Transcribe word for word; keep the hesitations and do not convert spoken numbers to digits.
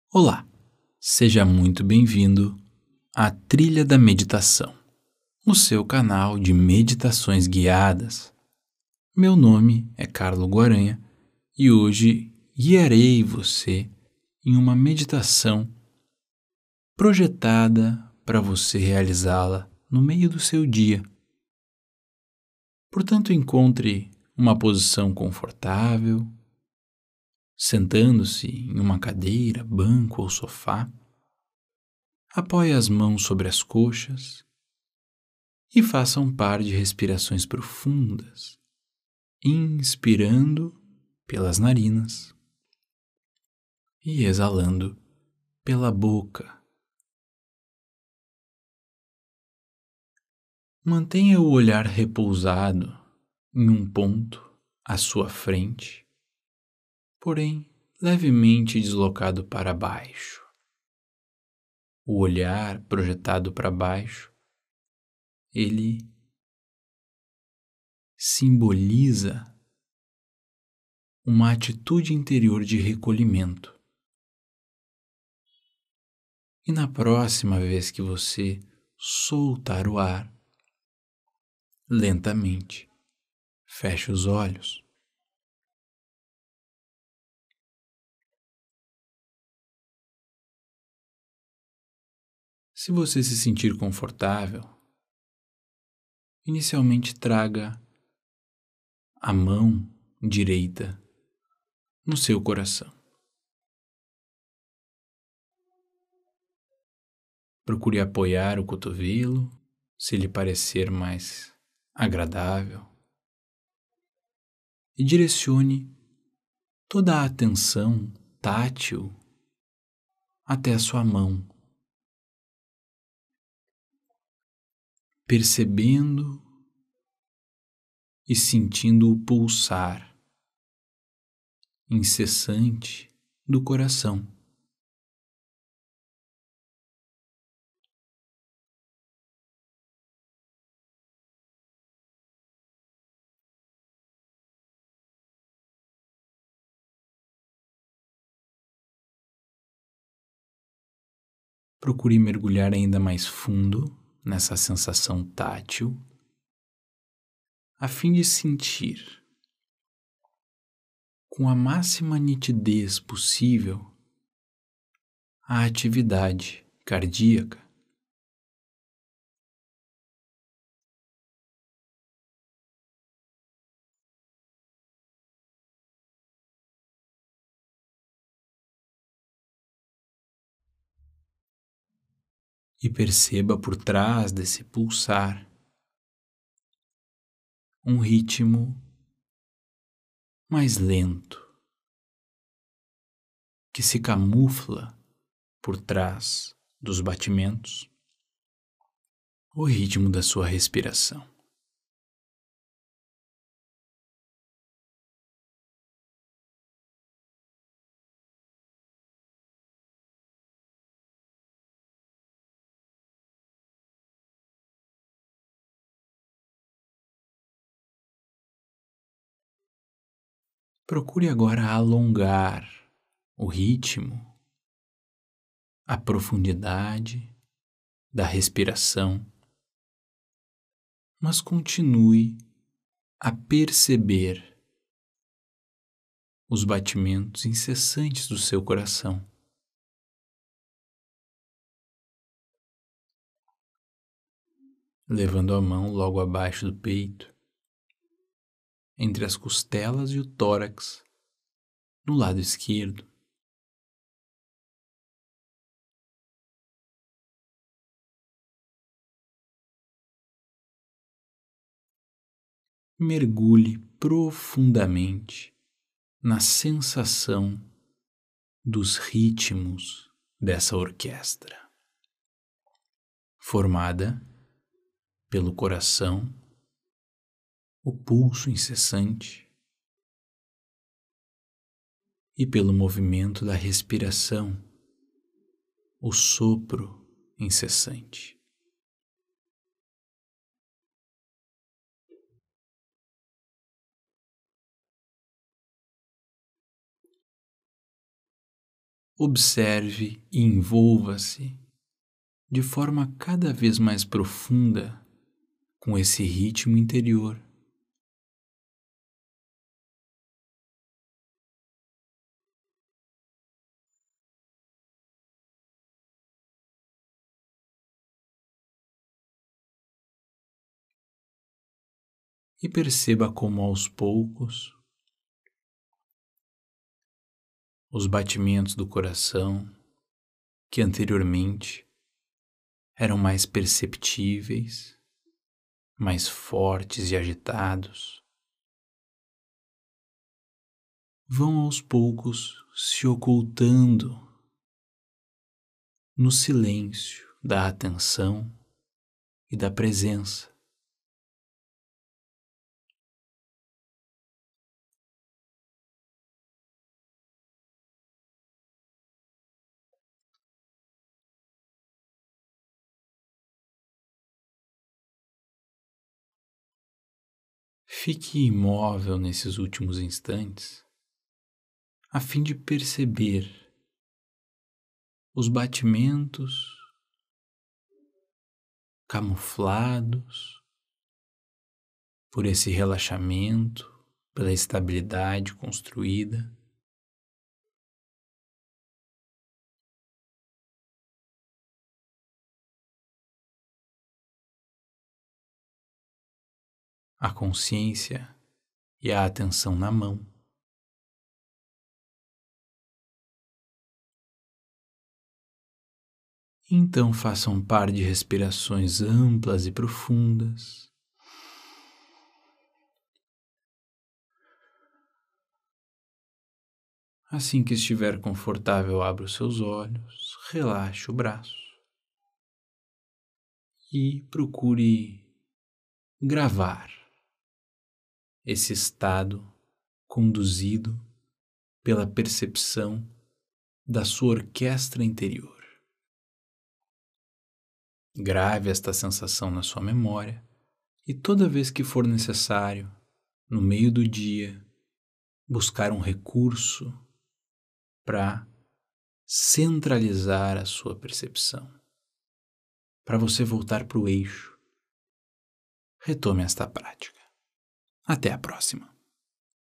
Olá, seja muito bem-vindo à Trilha da Meditação, o seu canal de meditações guiadas. Meu nome é Carlo Guaranha e hoje guiarei você em uma meditação projetada para você realizá-la no meio do seu dia. Portanto, encontre uma posição confortável, sentando-se em uma cadeira, banco ou sofá. Apoie as mãos sobre as coxas e faça um par de respirações profundas, inspirando pelas narinas e exalando pela boca. Mantenha o olhar repousado em um ponto à sua frente, porém levemente deslocado para baixo. O olhar projetado para baixo, ele simboliza uma atitude interior de recolhimento. E na próxima vez que você soltar o ar, lentamente, feche os olhos. Se você se sentir confortável, inicialmente traga a mão direita no seu coração. Procure apoiar o cotovelo, se lhe parecer mais agradável, e direcione toda a atenção tátil até a sua mão, percebendo e sentindo o pulsar incessante do coração. Procure mergulhar ainda mais fundo nessa sensação tátil, a fim de sentir com a máxima nitidez possível a atividade cardíaca. E perceba por trás desse pulsar um ritmo mais lento, que se camufla por trás dos batimentos, o ritmo da sua respiração. Procure agora alongar o ritmo, a profundidade da respiração, mas continue a perceber os batimentos incessantes do seu coração. Levando a mão logo abaixo do peito, entre as costelas e o tórax, no lado esquerdo. Mergulhe profundamente na sensação dos ritmos dessa orquestra, formada pelo coração, o pulso incessante e pelo movimento da respiração, o sopro incessante. Observe e envolva-se de forma cada vez mais profunda com esse ritmo interior. E perceba como aos poucos os batimentos do coração, que anteriormente eram mais perceptíveis, mais fortes e agitados, vão aos poucos se ocultando no silêncio da atenção e da presença. Fique imóvel nesses últimos instantes, a fim de perceber os batimentos camuflados por esse relaxamento, pela estabilidade construída. A consciência e a atenção na mão. Então faça um par de respirações amplas e profundas. Assim que estiver confortável, abra os seus olhos, relaxe o braço e procure gravar esse estado conduzido pela percepção da sua orquestra interior. Grave esta sensação na sua memória e toda vez que for necessário, no meio do dia, buscar um recurso para centralizar a sua percepção, para você voltar para o eixo. Retome esta prática. Até a próxima.